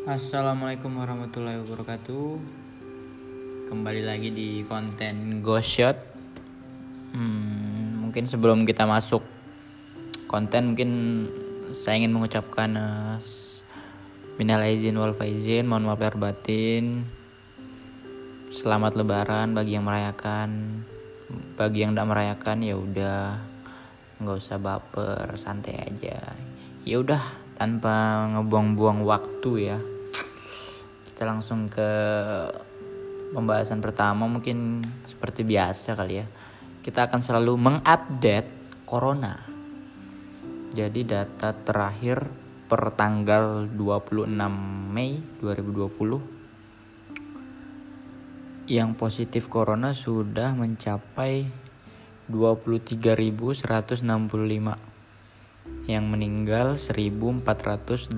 Assalamualaikum warahmatullahi wabarakatuh. Kembali lagi di konten Ghost. Mungkin sebelum kita masuk konten, mungkin saya ingin mengucapkan minal aizin wal faizin, mohon maaf lahir batin. Selamat Lebaran bagi yang merayakan. Bagi yang tidak merayakan ya udah, nggak usah baper, santai aja. Ya udah, tanpa ngebuang-buang waktu ya, kita langsung ke pembahasan pertama. Mungkin seperti biasa kali ya, kita akan selalu mengupdate corona. Jadi data terakhir per tanggal 26 Mei 2020, yang positif corona sudah mencapai 23.165, yang meninggal 1.418,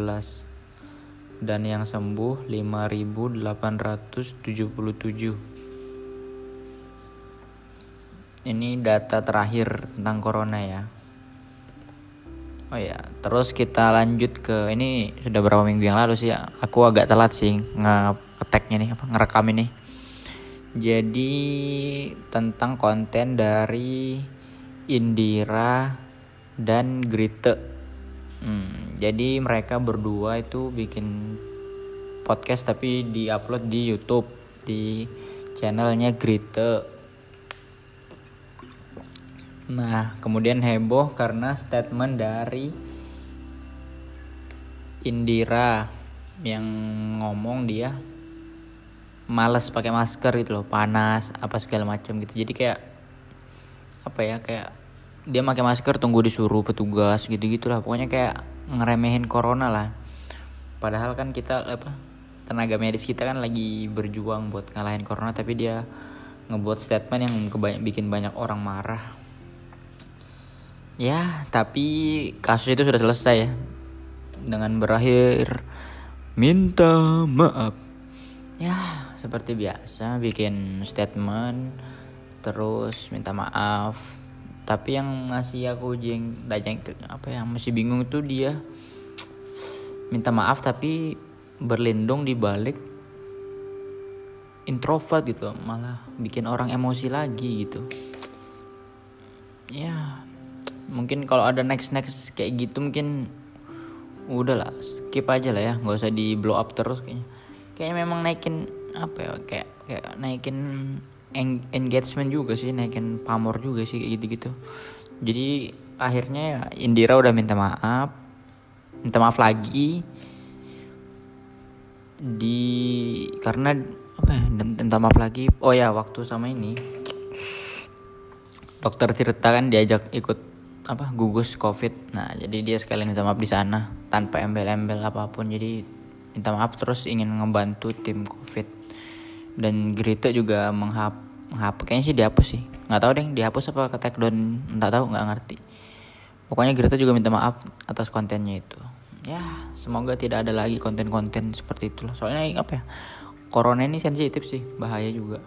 dan yang sembuh 5.877. Ini data terakhir tentang corona ya. Oh ya, terus kita lanjut ke ini. Sudah berapa minggu yang lalu sih ya, aku agak telat sih nge-tag-nya nih, ngerekam ini. Jadi tentang konten dari Indira dan Grite. Jadi mereka berdua itu bikin podcast tapi diupload di YouTube di channelnya Grite. Nah, kemudian heboh karena statement dari Indira yang ngomong dia malas pakai masker gitu loh, panas apa segala macam gitu. Jadi kayak apa ya, kayak dia pakai masker tunggu disuruh petugas gitu-gitulah. Pokoknya kayak ngeremehin corona lah. Padahal kan kita tenaga medis kita kan lagi berjuang buat ngalahin corona, tapi dia ngebuat statement yang bikin banyak orang marah. Ya, tapi kasus itu sudah selesai ya, dengan berakhir minta maaf. Ya, seperti biasa bikin statement terus minta maaf. Tapi yang masih aku masih bingung itu dia minta maaf tapi berlindung di balik introvert gitu, malah bikin orang emosi lagi gitu. Ya, mungkin kalau ada next kayak gitu mungkin udahlah, skip aja lah ya, nggak usah di blow up terus kayaknya. Kayaknya memang naikin kayak naikin engagement juga sih, naikin pamor juga sih kayak gitu-gitu. Jadi akhirnya ya, Indira udah minta maaf lagi karena minta maaf lagi. Oh ya, waktu sama ini Dokter Tirta kan diajak ikut gugus COVID. Nah, jadi dia sekalian minta maaf di sana tanpa embel-embel apapun. Jadi minta maaf terus ingin ngebantu tim COVID. Dan Grita juga menghapus, kayaknya sih dihapus sih, nggak tahu deh dihapus apa ke take down, nggak ngerti. Pokoknya Grita juga minta maaf atas kontennya itu. Ya, semoga tidak ada lagi konten-konten seperti itulah. Soalnya corona ini sensitif sih, bahaya juga.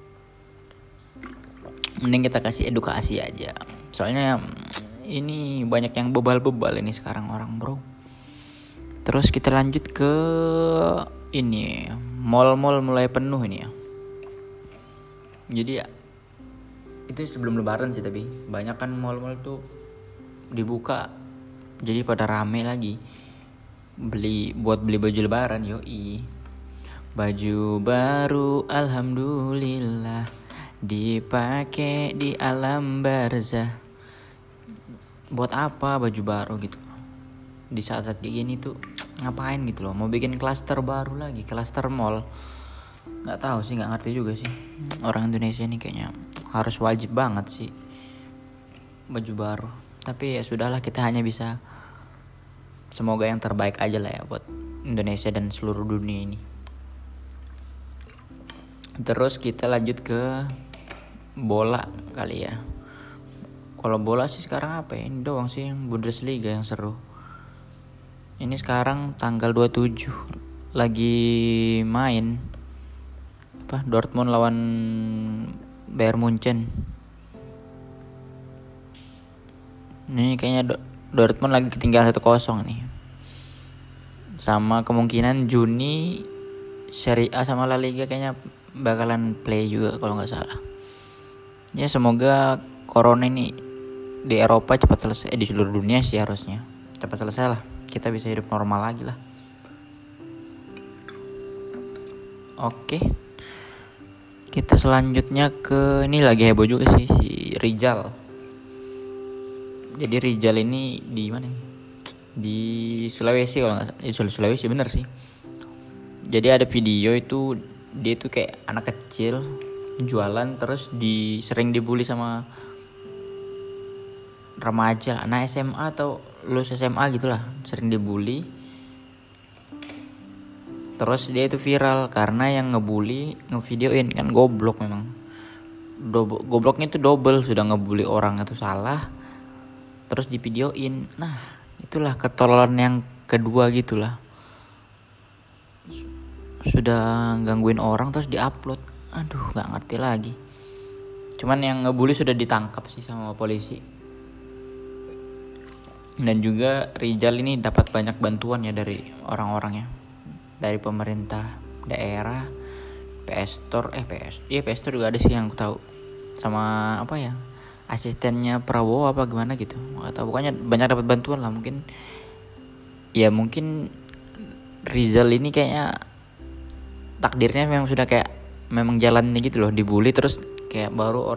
Mending kita kasih edukasi aja. Soalnya ini banyak yang bebal-bebal ini sekarang orang, bro. Terus kita lanjut ke ini, mall-mall mulai penuh ini ya. Jadi ya, itu sebelum lebaran sih, tapi banyak kan mall-mall tuh dibuka. Jadi pada rame lagi beli baju lebaran. Yoi, baju baru alhamdulillah dipakai di alam barzah. Buat apa baju baru gitu di saat-saat kayak gini tuh, ngapain gitu loh? Mau bikin klaster baru lagi, klaster mall. Nggak tahu sih, nggak ngerti juga sih. Orang Indonesia ini kayaknya harus wajib banget sih baju baru. Tapi ya sudahlah, kita hanya bisa semoga yang terbaik aja lah ya buat Indonesia dan seluruh dunia ini. Terus kita lanjut ke bola kali ya. Kalau bola sih sekarang ini doang sih, Bundesliga yang seru. Ini sekarang tanggal 27 lagi main Dortmund lawan Bayern Munchen. Ini kayaknya Dortmund lagi ketinggalan 1-0 nih. Sama kemungkinan Juni Serie A sama La Liga kayaknya bakalan play juga kalau nggak salah. Ya semoga corona ini di Eropa cepat selesai, di seluruh dunia sih harusnya cepat selesai lah, kita bisa hidup normal lagi lah. Oke, kita selanjutnya ke ini lagi heboh juga sih si Rizal. Jadi Rizal ini di mana nih? Di Sulawesi kalau nggak salah. Sulawesi bener sih. Jadi ada video itu dia tuh kayak anak kecil jualan terus sering dibully sama remaja, anak SMA atau lulus SMA gitulah, sering dibully. Terus dia itu viral karena yang ngebully ngevideoin, kan goblok memang. Gobloknya itu double, sudah ngebully orang itu salah, terus divideoin. Nah, itulah ketololan yang kedua gitulah. Sudah gangguin orang terus diupload. Aduh, nggak ngerti lagi. Cuman yang ngebully sudah ditangkap sih sama polisi. Dan juga Rizal ini dapat banyak bantuan ya dari orang-orangnya, dari pemerintah daerah, PS Store juga ada sih yang aku tahu, sama apa ya, asistennya Prabowo apa gimana gitu, nggak tahu, pokoknya banyak dapat bantuan lah. Mungkin Rizal ini kayaknya takdirnya memang sudah kayak memang jalannya gitu loh, dibully terus kayak baru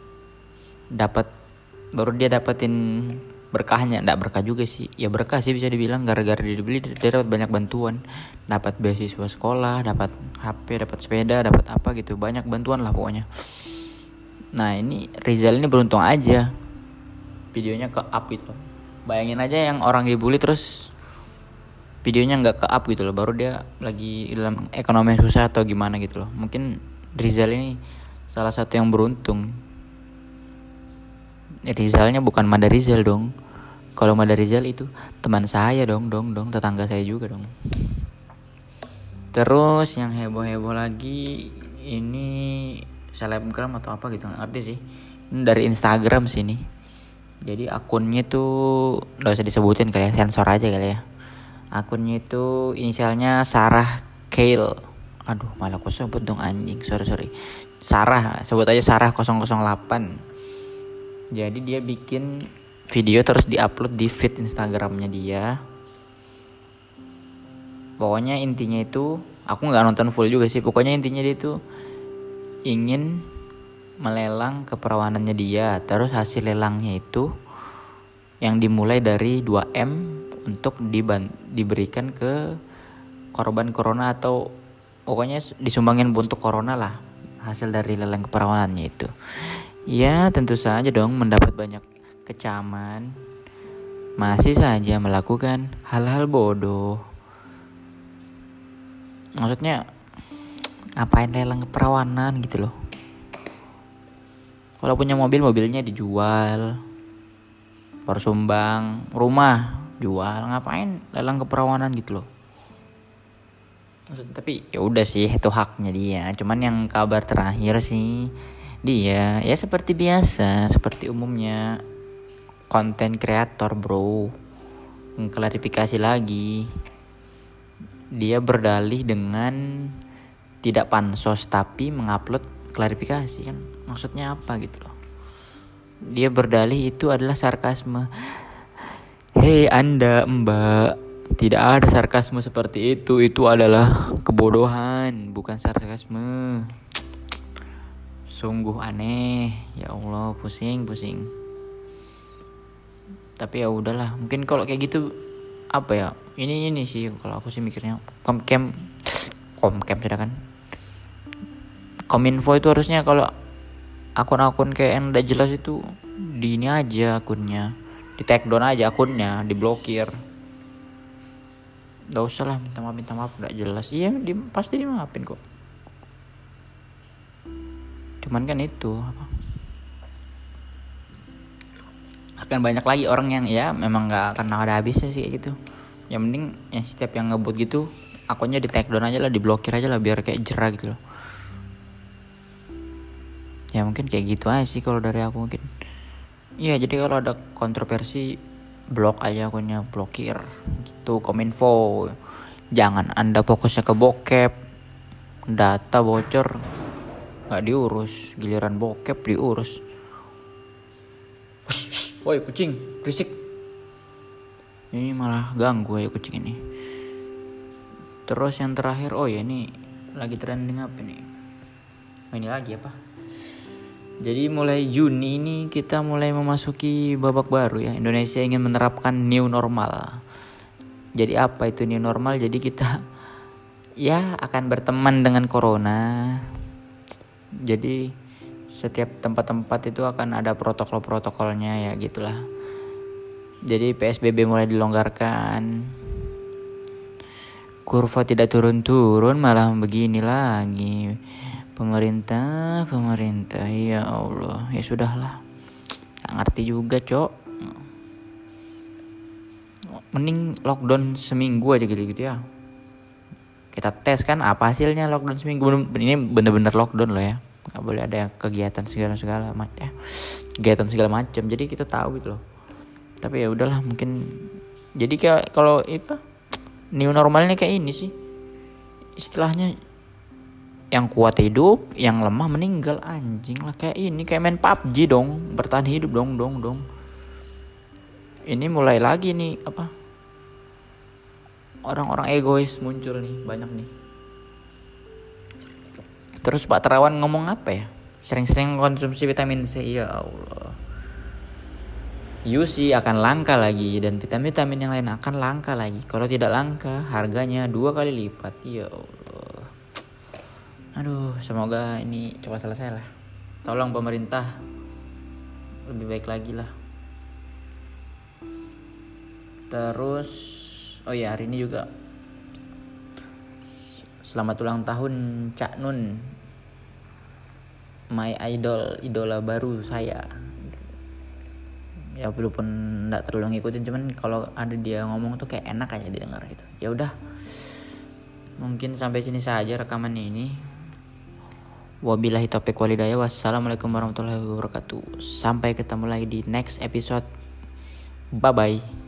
dia dapetin berkahnya. Nggak berkah juga sih, ya berkah sih bisa dibilang, gara-gara dia dibeli dia dapat banyak bantuan, dapat beasiswa sekolah, dapat HP, dapat sepeda, dapat apa gitu, banyak bantuan lah pokoknya. Nah ini Rizal ini beruntung aja videonya ke up gitu. Bayangin aja yang orang dibully terus videonya nggak ke up gitu loh, baru dia lagi dalam ekonomi susah atau gimana gitu loh. Mungkin Rizal ini salah satu yang beruntung. Rizalnya bukan Mada Rizal dong. Kalau Mada Rizal itu teman saya dong, tetangga saya juga dong. Terus yang heboh-heboh lagi ini selebgram atau apa gitu, nggak ngerti sih. Ini dari Instagram sini. Jadi akunnya tuh nggak usah disebutin kali ya, sensor aja kali ya. Akunnya itu inisialnya Sarah Kale. Aduh, malah aku sebut dong anjing. Sorry. Sarah, sebut aja Sarah 008. Jadi dia bikin video terus diupload di feed Instagramnya dia. Pokoknya intinya itu, aku nggak nonton full juga sih. Pokoknya intinya dia itu ingin melelang keperawanannya dia. Terus hasil lelangnya itu yang dimulai dari 2M untuk diberikan ke korban corona, atau pokoknya disumbangin untuk corona lah, hasil dari lelang keperawanannya itu. Ya tentu saja dong mendapat banyak kecaman, masih saja melakukan hal-hal bodoh. Maksudnya ngapain lelang keperawanan gitu loh. Kalau punya mobilnya dijual, baru sumbang rumah jual, ngapain lelang keperawanan gitu loh. Tapi ya udah sih, itu haknya dia. Cuman yang kabar terakhir sih, dia ya seperti biasa, seperti umumnya konten kreator bro, mengklarifikasi lagi. Dia berdalih dengan tidak pansos tapi mengupload klarifikasi, kan maksudnya apa gitu loh. Dia berdalih itu adalah sarkasme. Hei Anda mbak, tidak ada sarkasme seperti itu adalah kebodohan, bukan sarkasme. Sungguh aneh, ya Allah, pusing. Tapi ya udahlah, mungkin kalau kayak gitu apa ya? Ini sih kalau aku sih mikirnya Komcam sudah kan. Kominfo itu harusnya kalau akun-akun kayak yang udah jelas itu di ini aja akunnya, di take down aja akunnya, diblokir. Gak usah lah minta maaf gak jelas. Iya pasti dimaafin kok. Cuman kan itu akan banyak lagi orang yang ya memang gak akan ada habisnya sih kayak gitu. Yang mending yang setiap yang ngebut gitu akunnya di take down aja lah, diblokir aja lah, biar kayak jerah gitu loh. Ya mungkin kayak gitu aja sih kalau dari aku mungkin. Iya, jadi kalau ada kontroversi blok aja akunnya, blokir gitu. Kominfo Jangan Anda fokusnya ke bokep, data bocor nggak diurus, giliran bokep diurus. Woi kucing, berisik. Ini malah ganggu ya kucing ini. Terus yang terakhir, oh ya ini lagi trending apa nih? Oh, ini lagi apa? Jadi mulai Juni ini kita mulai memasuki babak baru ya. Indonesia ingin menerapkan new normal. Jadi apa itu new normal? Jadi kita ya akan berteman dengan corona. Jadi setiap tempat-tempat itu akan ada protokol-protokolnya ya gitulah. Jadi PSBB mulai dilonggarkan. Kurva tidak turun-turun malah begini lagi. Pemerintah ya Allah, ya sudahlah. Gak ngerti juga, Cok. Mending lockdown seminggu aja gitu ya. Kita tes kan apa hasilnya lockdown seminggu. Ini bener-bener lockdown loh ya. Gak boleh ada kegiatan segala macam. Kegiatan segala macam. Jadi kita tahu gitu loh. Tapi ya udahlah mungkin. Jadi kayak kalau itu new normalnya kayak ini sih. Istilahnya yang kuat hidup, yang lemah meninggal, anjing lah kayak ini, kayak main PUBG dong, bertahan hidup dong. Ini mulai lagi nih apa? Orang-orang egois muncul nih, banyak nih. Terus Pak Terawan ngomong apa ya? Sering-sering konsumsi vitamin C, ya Allah. UC akan langka lagi dan vitamin-vitamin yang lain akan langka lagi. Kalau tidak langka, harganya 2 kali lipat. Ya Allah. Aduh, semoga ini cepat selesai lah. Tolong pemerintah lebih baik lagi lah. Terus, oh ya hari ini juga selamat ulang tahun Cak Nun, my idol, idola baru saya. Ya walaupun nggak terlalu ngikutin, cuman kalau ada dia ngomong tuh kayak enak aja didengar gitu. Ya udah, mungkin sampai sini saja rekamannya ini. Wabillahi taufiq walhidayah. Wassalamualaikum warahmatullahi wabarakatuh. Sampai ketemu lagi di next episode. Bye bye.